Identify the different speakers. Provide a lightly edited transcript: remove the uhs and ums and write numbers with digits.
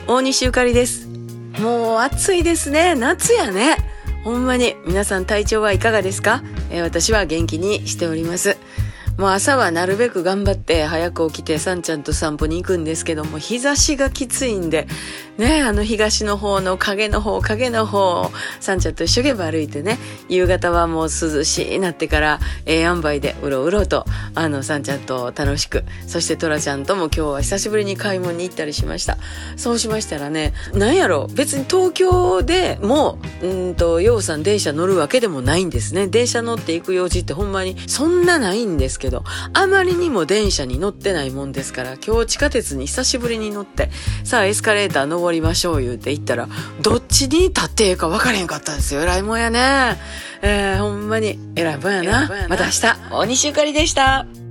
Speaker 1: 大西ゆかりです。もう暑いですね。夏やね。ほんまに皆さん体調はいかがですか？私は元気にしております。もう朝はなるべく頑張って早く起きてさんちゃんと散歩に行くんですけども、日差しがきついんでね、東の方の影の方さんちゃんと一生懸命歩いてね、夕方はもう涼しいなってから塩梅でうろうろとさんちゃんと楽しく、そしてトラちゃんとも今日は久しぶりに買い物に行ったりしました。そうしましたらね、なんやろ、別に東京でもようさん電車乗るわけでもないんですね。電車乗って行く用事ってほんまにそんなないんですけど、あまりにも電車に乗ってないもんですから、今日地下鉄に久しぶりに乗って、さあエスカレーター登りましょう言うて言ったら、どっちに立ってええか分からへんかったんですよ。偉いもんやね。ほんまに偉いもんやな。また明日。大西ゆかりでした。